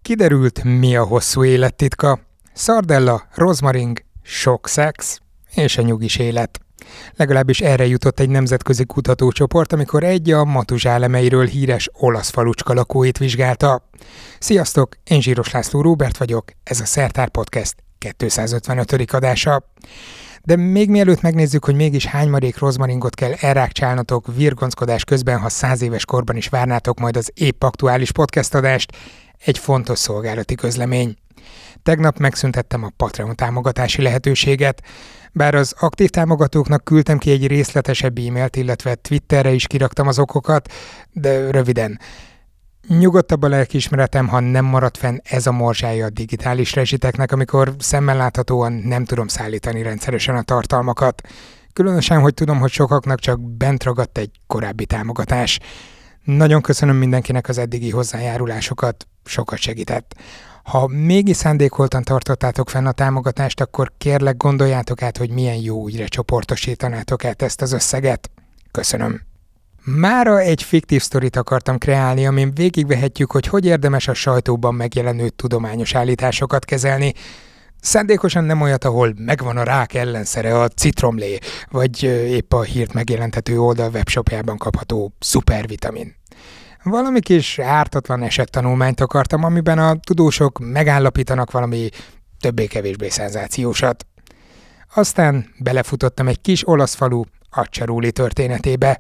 Kiderült, mi a hosszú élet titka. Szardella, rozmaring, sok szex és a nyugis élet. Legalábbis erre jutott egy nemzetközi kutatócsoport, amikor egy a Matuzsálemeiről híres olasz falucska lakóit vizsgálta. Sziasztok, én Zsíros László Róbert vagyok, ez a Szertár Podcast 255. adása. De még mielőtt megnézzük, hogy mégis hány marék rozmaringot kell elrákcsálnatok virgonckodás közben, ha 100 éves korban is várnátok majd az épp aktuális podcast adást, egy fontos szolgálati közlemény. Tegnap megszüntettem a Patreon támogatási lehetőséget, bár az aktív támogatóknak küldtem ki egy részletesebb e-mailt, illetve Twitterre is kiraktam az okokat, de röviden. Nyugodtabb a lelkiismeretem, ha nem marad fenn ez a morzsája a digitális rezsiteknek, amikor szemmel láthatóan nem tudom szállítani rendszeresen a tartalmakat. Különösen, hogy tudom, hogy sokaknak csak bent ragadt egy korábbi támogatás. Nagyon köszönöm mindenkinek az eddigi hozzájárulásokat, sokat segített. Ha mégis szándékoltan tartottátok fenn a támogatást, akkor kérlek gondoljátok át, hogy milyen jó ügyre csoportosítanátok át ezt az összeget. Köszönöm. Mára egy fiktív sztorit akartam kreálni, amin végigvehetjük, hogy érdemes a sajtóban megjelenő tudományos állításokat kezelni. Szándékosan nem olyat, ahol megvan a rák ellenszere, a citromlé, vagy épp a hírt megjelentető oldal webshopjában kapható szupervitamin. Valami kis ártatlan esettanulmányt akartam, amiben a tudósok megállapítanak valami többé-kevésbé szenzációsat. Aztán belefutottam egy kis olasz falu Acciaroli történetébe.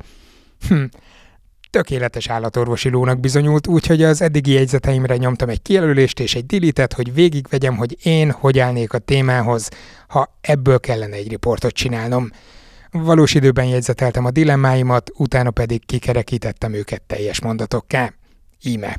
Tökéletes állatorvosi lónak bizonyult, úgyhogy az eddigi jegyzeteimre nyomtam egy kijelölést és egy deletet, hogy végigvegyem, hogy én hogy állnék a témához, ha ebből kellene egy riportot csinálnom. Valós időben jegyzeteltem a dilemmáimat, utána pedig kikerekítettem őket teljes mondatokká. Íme.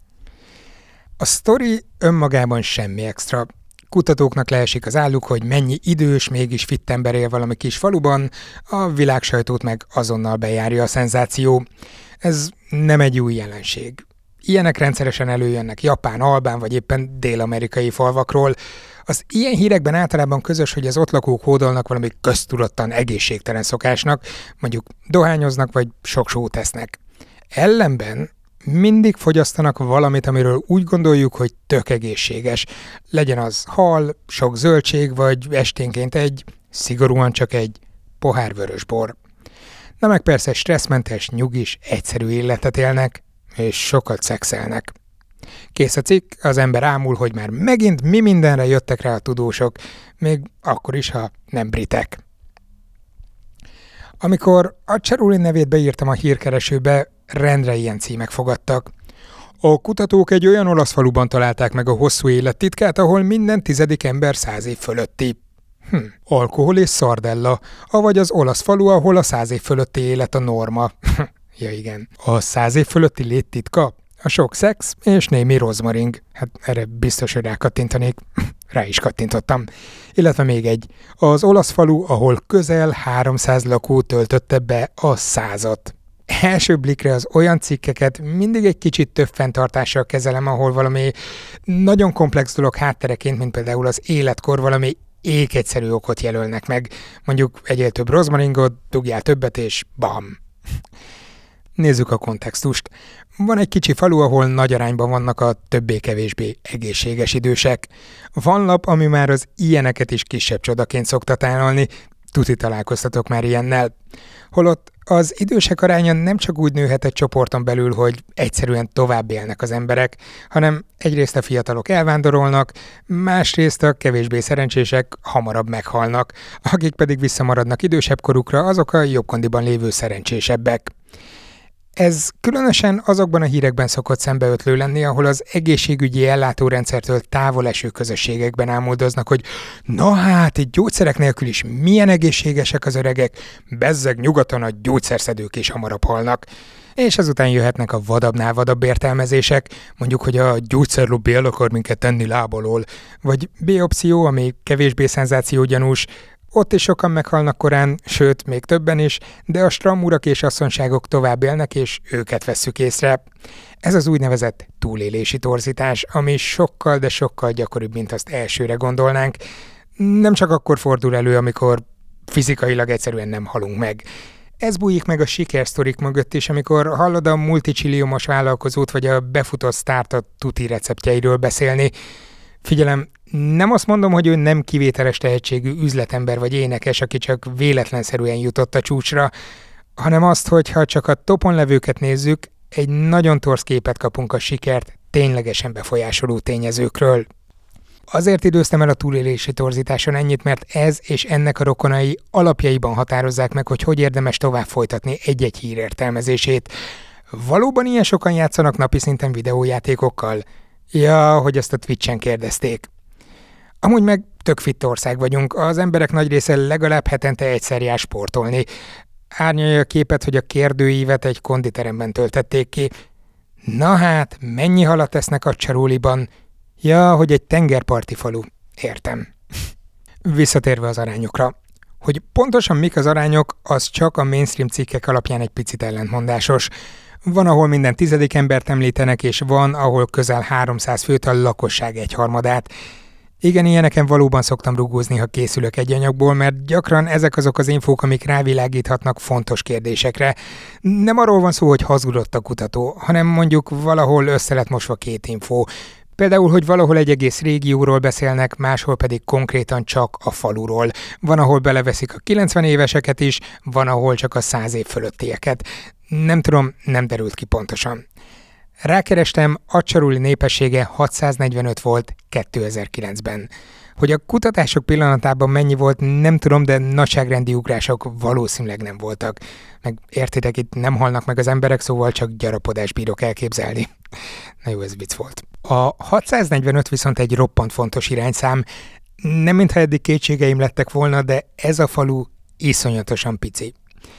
A sztori önmagában semmi extra. Kutatóknak leesik az álluk, hogy mennyi idős, mégis fit ember él valami kis faluban, a világsajtót meg azonnal bejárja a szenzáció. Ez nem egy új jelenség. Ilyenek rendszeresen előjönnek japán, albán vagy éppen dél-amerikai falvakról. Az ilyen hírekben általában közös, hogy az ott lakók hódolnak valami köztudottan egészségtelen szokásnak, mondjuk dohányoznak vagy sok sót esznek. Ellenben mindig fogyasztanak valamit, amiről úgy gondoljuk, hogy tök egészséges. Legyen az hal, sok zöldség, vagy esténként szigorúan csak egy pohár vörösbor. Na meg persze stresszmentes, nyugis, egyszerű életet élnek, és sokat szexelnek. Kész a cikk, az ember ámul, hogy már megint mi mindenre jöttek rá a tudósok, még akkor is, ha nem britek. Amikor Acciaroli nevét beírtam a hírkeresőbe, rendre ilyen címek fogadtak. A kutatók egy olyan olasz faluban találták meg a hosszú élet titkát, ahol minden 10. ember 100 év fölötti. Alkohol és szardella, avagy az olasz falu, ahol a 100 év fölötti élet a norma. Ja igen. A 100 év fölötti léttitka? A sok szex és némi rozmaring. Hát erre biztos, hogy rákattintanék. Rá is kattintottam. Illetve még egy. Az olasz falu, ahol közel 300 lakó töltötte be a 100-at. Első blikre az olyan cikkeket mindig egy kicsit több fenntartással kezelem, ahol valami nagyon komplex dolog háttereként, mint például az életkor, valami egyszerű okot jelölnek meg. Mondjuk egyél több rozmaringot, dugjál többet és bam! Nézzük a kontextust. Van egy kicsi falu, ahol nagy arányban vannak a többé-kevésbé egészséges idősek. Van lap, ami már az ilyeneket is kisebb csodaként szokta tálalni, tuti találkoztatok már ilyennel. Holott az idősek aránya nem csak úgy nőhet egy csoporton belül, hogy egyszerűen tovább élnek az emberek, hanem egyrészt a fiatalok elvándorolnak, másrészt a kevésbé szerencsések hamarabb meghalnak, akik pedig visszamaradnak idősebb korukra, azok a jobb kondiban lévő szerencsésebbek. Ez különösen azokban a hírekben szokott szembeötlő lenni, ahol az egészségügyi ellátórendszertől távol eső közösségekben ámuldoznak, hogy na hát, itt gyógyszerek nélkül is milyen egészségesek az öregek, bezzeg nyugaton a gyógyszerszedők is hamarabb halnak. És azután jöhetnek a vadabbnál vadabb értelmezések, mondjuk, hogy a gyógyszerlobbi el akar minket tenni lábalól, vagy B opció, ami kevésbé szenzációgyanús. Ott is sokan meghalnak korán, sőt, még többen is, de a stramurak és asszonyságok tovább élnek, és őket vesszük észre. Ez az úgynevezett túlélési torzítás, ami sokkal, de sokkal gyakoribb, mint azt elsőre gondolnánk. Nem csak akkor fordul elő, amikor fizikailag egyszerűen nem halunk meg. Ez bújik meg a sikersztorik mögött is, amikor hallod a multicsilliómos vállalkozót vagy a befutott startup tuti receptjeiről beszélni. Figyelem, nem azt mondom, hogy ő nem kivételes tehetségű üzletember vagy énekes, aki csak véletlenszerűen jutott a csúcsra, hanem azt, hogy ha csak a topon levőket nézzük, egy nagyon torz képet kapunk a sikert ténylegesen befolyásoló tényezőkről. Azért időztem el a túlélési torzításon ennyit, mert ez és ennek a rokonai alapjaiban határozzák meg, hogy érdemes tovább folytatni egy-egy hír értelmezését. Valóban ilyen sokan játszanak napi szinten videójátékokkal? Ja, hogy ezt a Twitch-en kérdezték. Amúgy meg tök fit ország vagyunk, az emberek nagy része legalább hetente egyszer jár sportolni. Árnyalja a képet, hogy a kérdőívet egy konditeremben töltették ki. Na hát, mennyi halat tesznek a csaróliban? Ja, hogy egy tengerparti falu. Értem. Visszatérve az arányokra. Hogy pontosan mik az arányok, az csak a mainstream cikkek alapján egy picit ellentmondásos. Van, ahol minden 10. embert említenek, és van, ahol közel 300 főt, a lakosság egyharmadát. Igen, ilyeneken valóban szoktam rugózni, ha készülök egy anyagból, mert gyakran ezek azok az infók, amik rávilágíthatnak fontos kérdésekre. Nem arról van szó, hogy hazudott a kutató, hanem mondjuk valahol össze lett mosva két infó. Például, hogy valahol egy egész régióról beszélnek, máshol pedig konkrétan csak a faluról. Van, ahol beleveszik a 90 éveseket is, van, ahol csak a 100 év fölöttieket. Nem tudom, nem derült ki pontosan. Rákerestem, Acsaruli népessége 645 volt 2009-ben. Hogy a kutatások pillanatában mennyi volt, nem tudom, de nagyságrendi ugrások valószínűleg nem voltak. Meg értitek, itt nem halnak meg az emberek, szóval csak gyarapodást bírok elképzelni. Na jó, ez vicc volt. A 645 viszont egy roppant fontos irányszám. Nem mintha eddig kétségeim lettek volna, de ez a falu iszonyatosan pici.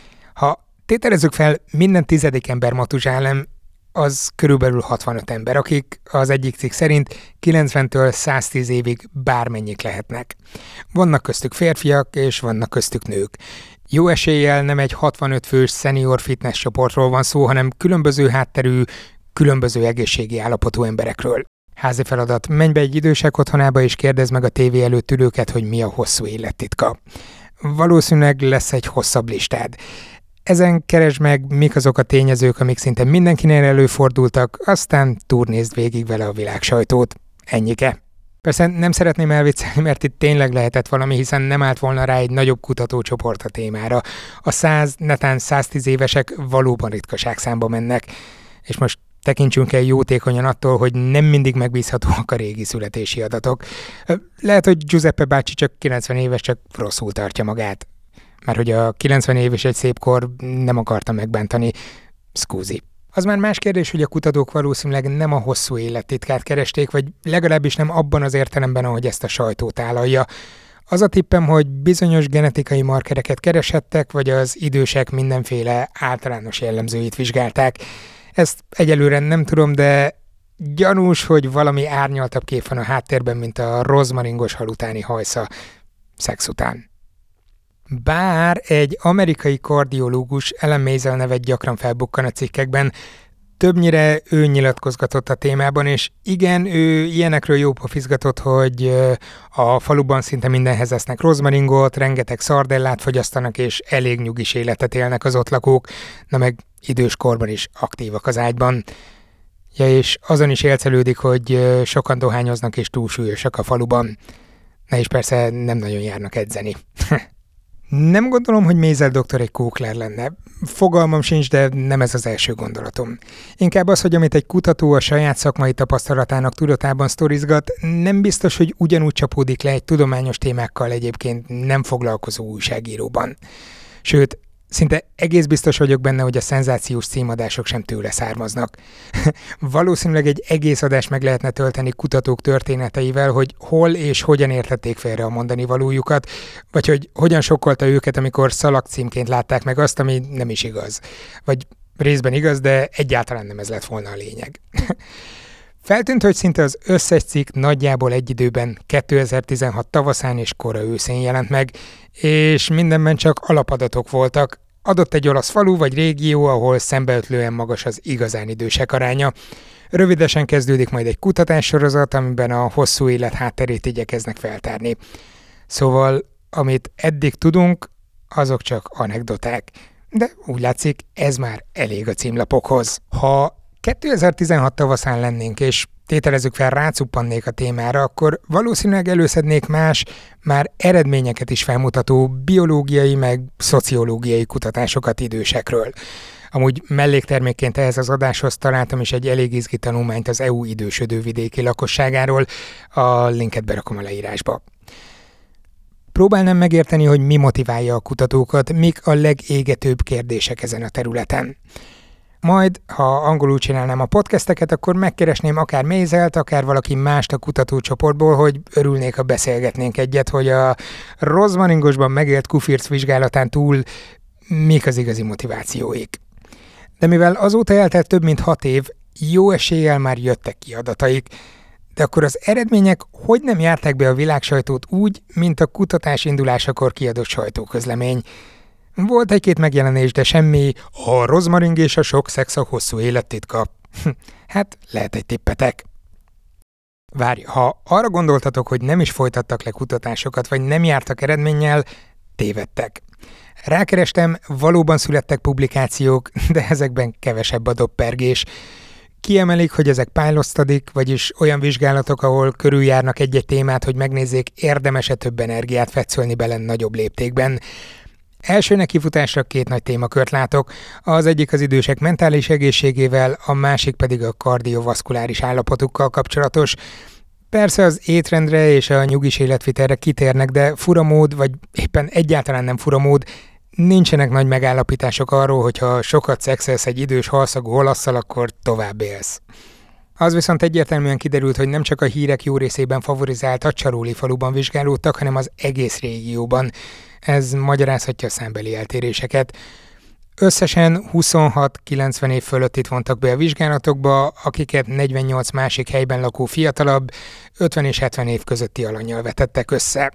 Ha tételezzük fel, minden 10. ember Matuzsálem, az körülbelül 65 ember, akik az egyik cikk szerint 90-től 110 évig bármennyik lehetnek. Vannak köztük férfiak, és vannak köztük nők. Jó eséllyel nem egy 65 fős senior fitness csoportról van szó, hanem különböző hátterű, különböző egészségi állapotú emberekről. Házi feladat, menj be egy idősek otthonába és kérdezd meg a tévé előtt ülőket, hogy mi a hosszú élettitka. Valószínűleg lesz egy hosszabb listád. Ezen keresd meg, mik azok a tényezők, amik szinte mindenkinél előfordultak, aztán turnézd végig vele a világ sajtót. Ennyike. Persze nem szeretném elviccelni, mert itt tényleg lehetett valami, hiszen nem állt volna rá egy nagyobb kutatócsoport a témára. A 100, netán 110 évesek valóban ritkaságszámba mennek. És most tekintsünk el jótékonyan attól, hogy nem mindig megbízhatóak a régi születési adatok. Lehet, hogy Giuseppe bácsi csak 90 éves, csak rosszul tartja magát. Mert hogy a 90 év is egy szép kor, nem akartam megbántani. Szkúzi. Az már más kérdés, hogy a kutatók valószínűleg nem a hosszú élettitkát keresték, vagy legalábbis nem abban az értelemben, ahogy ezt a sajtó tálalja. Az a tippem, hogy bizonyos genetikai markereket kereshettek, vagy az idősek mindenféle általános jellemzőit vizsgálták. Ezt egyelőre nem tudom, de gyanús, hogy valami árnyaltabb kép van a háttérben, mint a rozmaringos hal utáni hajsza szex után. Bár egy amerikai kardiológus, Ellen Maisel nevet gyakran felbukkan a cikkekben, többnyire ő nyilatkozgatott a témában, és igen, ő ilyenekről jó pofizgatott, hogy a faluban szinte mindenhez esznek rozmaringot, rengeteg szardellát fogyasztanak, és elég nyugis életet élnek az ott lakók, na meg idős korban is aktívak az ágyban. Ja, és azon is élcelődik, hogy sokan dohányoznak és túlsúlyosak a faluban. Na és persze nem nagyon járnak edzeni. Nem gondolom, hogy Maisel doktor egy kókler lenne. Fogalmam sincs, de nem ez az első gondolatom. Inkább az, hogy amit egy kutató a saját szakmai tapasztalatának tudatában sztorizgat, nem biztos, hogy ugyanúgy csapódik le egy tudományos témákkal egyébként nem foglalkozó újságíróban. Sőt, szinte egész biztos vagyok benne, hogy a szenzációs címadások sem tőle származnak. Valószínűleg egy egész adást meg lehetne tölteni kutatók történeteivel, hogy hol és hogyan értették félre a mondani valójukat, vagy hogy hogyan sokkolta őket, amikor szalagcímként látták meg azt, ami nem is igaz. Vagy részben igaz, de egyáltalán nem ez lett volna a lényeg. Feltűnt, hogy szinte az összes cikk nagyjából egy időben 2016 tavaszán és kora őszén jelent meg, és mindenben csak alapadatok voltak. Adott egy olasz falu vagy régió, ahol szembeötlően magas az igazán idősek aránya. Rövidesen kezdődik majd egy kutatássorozat, amiben a hosszú élet hátterét igyekeznek feltárni. Szóval, amit eddig tudunk, azok csak anekdoták. de úgy látszik, ez már elég a címlapokhoz. Ha 2016 tavaszán lennénk, és tételezzük fel, rácuppannék a témára, akkor valószínűleg előszednék más, már eredményeket is felmutató biológiai meg szociológiai kutatásokat idősekről. Amúgy melléktermékként ehhez az adáshoz találtam is egy elég izgi tanulmányt az EU idősödő vidéki lakosságáról, a linket berakom a leírásba. Próbálnám megérteni, hogy mi motiválja a kutatókat, mik a legégetőbb kérdések ezen a területen. Majd, ha angolul csinálnám a podcasteket, akkor megkeresném akár Maiselt, akár valaki mást a kutatócsoportból, hogy örülnék, ha beszélgetnénk egyet, hogy a rozmaringosban megélt kufirc vizsgálatán túl mik az igazi motivációik. De mivel azóta eltelt több mint 6 év, jó eséllyel már jöttek ki adataik, de akkor az eredmények hogy nem járták be a világsajtót úgy, mint a kutatás indulásakor kiadott sajtóközlemény. Volt egy-két megjelenés, de semmi, a rozmaring és a sok szex a hosszú élet titka. Hát lehet egy tippetek. Várj, ha arra gondoltatok, hogy nem is folytattak le kutatásokat, vagy nem jártak eredménnyel, tévedtek. Rákerestem, valóban születtek publikációk, de ezekben kevesebb a doppergés. Kiemelik, hogy ezek pilot studyk, vagyis olyan vizsgálatok, ahol körüljárnak egy-egy témát, hogy megnézzék, érdemes-e több energiát fetszölni bele nagyobb léptékben. Első nekifutásra 2 nagy témakört látok, az egyik az idősek mentális egészségével, a másik pedig a kardiovaszkuláris állapotukkal kapcsolatos. Persze az étrendre és a nyugis életvitelre kitérnek, de furamód, vagy éppen egyáltalán nem furamód, nincsenek nagy megállapítások arról, hogy ha sokat szexelsz egy idős halszagú olasszal, akkor tovább élsz. Az viszont egyértelműen kiderült, hogy nem csak a hírek jó részében favorizált Csaróli faluban vizsgálódtak, hanem az egész régióban. Ez magyarázhatja a számbeli eltéréseket. Összesen 26-90 év fölöttit vontak be a vizsgálatokba, akiket 48 másik helyben lakó fiatalabb, 50 és 70 év közötti alannyal vetettek össze.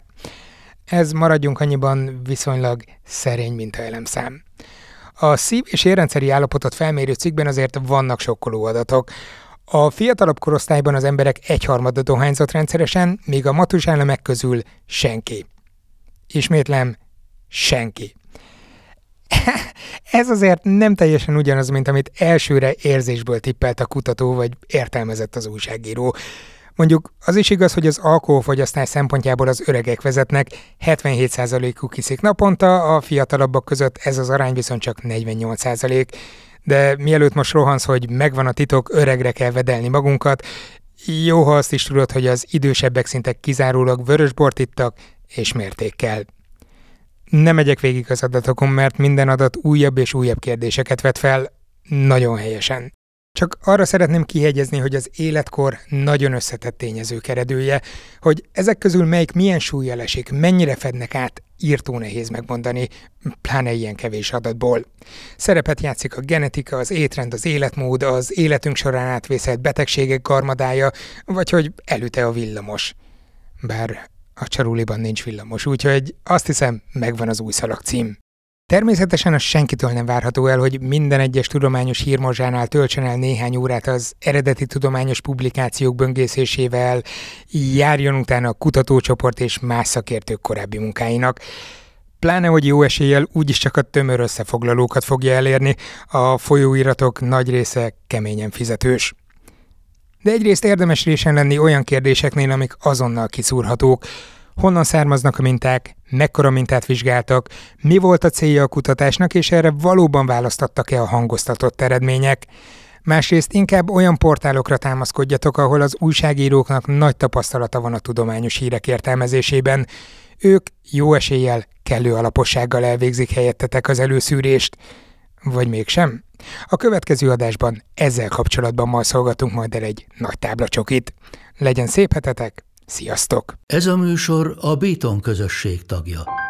Ez maradjunk annyiban viszonylag szerény mintaelemszám. A szív- és érrendszeri állapotot felmérő cikkben azért vannak sokkoló adatok. A fiatalabb korosztályban az emberek 1/3 dohányzott rendszeresen, míg a matusálemek közül senki. Ismétlem, senki. Ez azért nem teljesen ugyanaz, mint amit elsőre érzésből tippelt a kutató, vagy értelmezett az újságíró. Mondjuk az is igaz, hogy az alkoholfogyasztás szempontjából az öregek vezetnek, 77%-uk iszik naponta, a fiatalabbak között ez az arány viszont csak 48%. De mielőtt most rohansz, hogy megvan a titok, öregre kell vedelni magunkat, jó, ha azt is tudod, hogy az idősebbek szinte kizárólag vörösbort ittak, és mértékkel. Nem megyek végig az adatokon, mert minden adat újabb és újabb kérdéseket vet fel, nagyon helyesen. Csak arra szeretném kihegyezni, hogy az életkor nagyon összetett tényezők eredője, hogy ezek közül melyik milyen súllyal esik, mennyire fednek át, írtó nehéz megmondani, pláne ilyen kevés adatból. Szerepet játszik a genetika, az étrend, az életmód, az életünk során átvészelt betegségek garmadája, vagy hogy elüte a villamos. Bár a Csaróliban nincs villamos, úgyhogy azt hiszem, megvan az új szalagcím. Természetesen az senkitől nem várható el, hogy minden egyes tudományos hírmorzsánál töltsön el néhány órát az eredeti tudományos publikációk böngészésével, járjon utána a kutatócsoport és más szakértők korábbi munkáinak. Pláne, hogy jó eséllyel úgyis csak a tömör összefoglalókat fogja elérni, a folyóiratok nagy része keményen fizetős. De egyrészt érdemes résen lenni olyan kérdéseknél, amik azonnal kiszúrhatók. Honnan származnak a minták, mekkora mintát vizsgáltak, mi volt a célja a kutatásnak, és erre valóban választottak-e a hangoztatott eredmények. Másrészt inkább olyan portálokra támaszkodjatok, ahol az újságíróknak nagy tapasztalata van a tudományos hírek értelmezésében. Ők jó eséllyel, kellő alapossággal elvégzik helyettetek az előszűrést. Vagy mégsem? A következő adásban ezzel kapcsolatban majszolgatunk majd el egy nagy táblacsokit. Legyen szép hetetek! Sziasztok! Ez a műsor a Béton közösség tagja.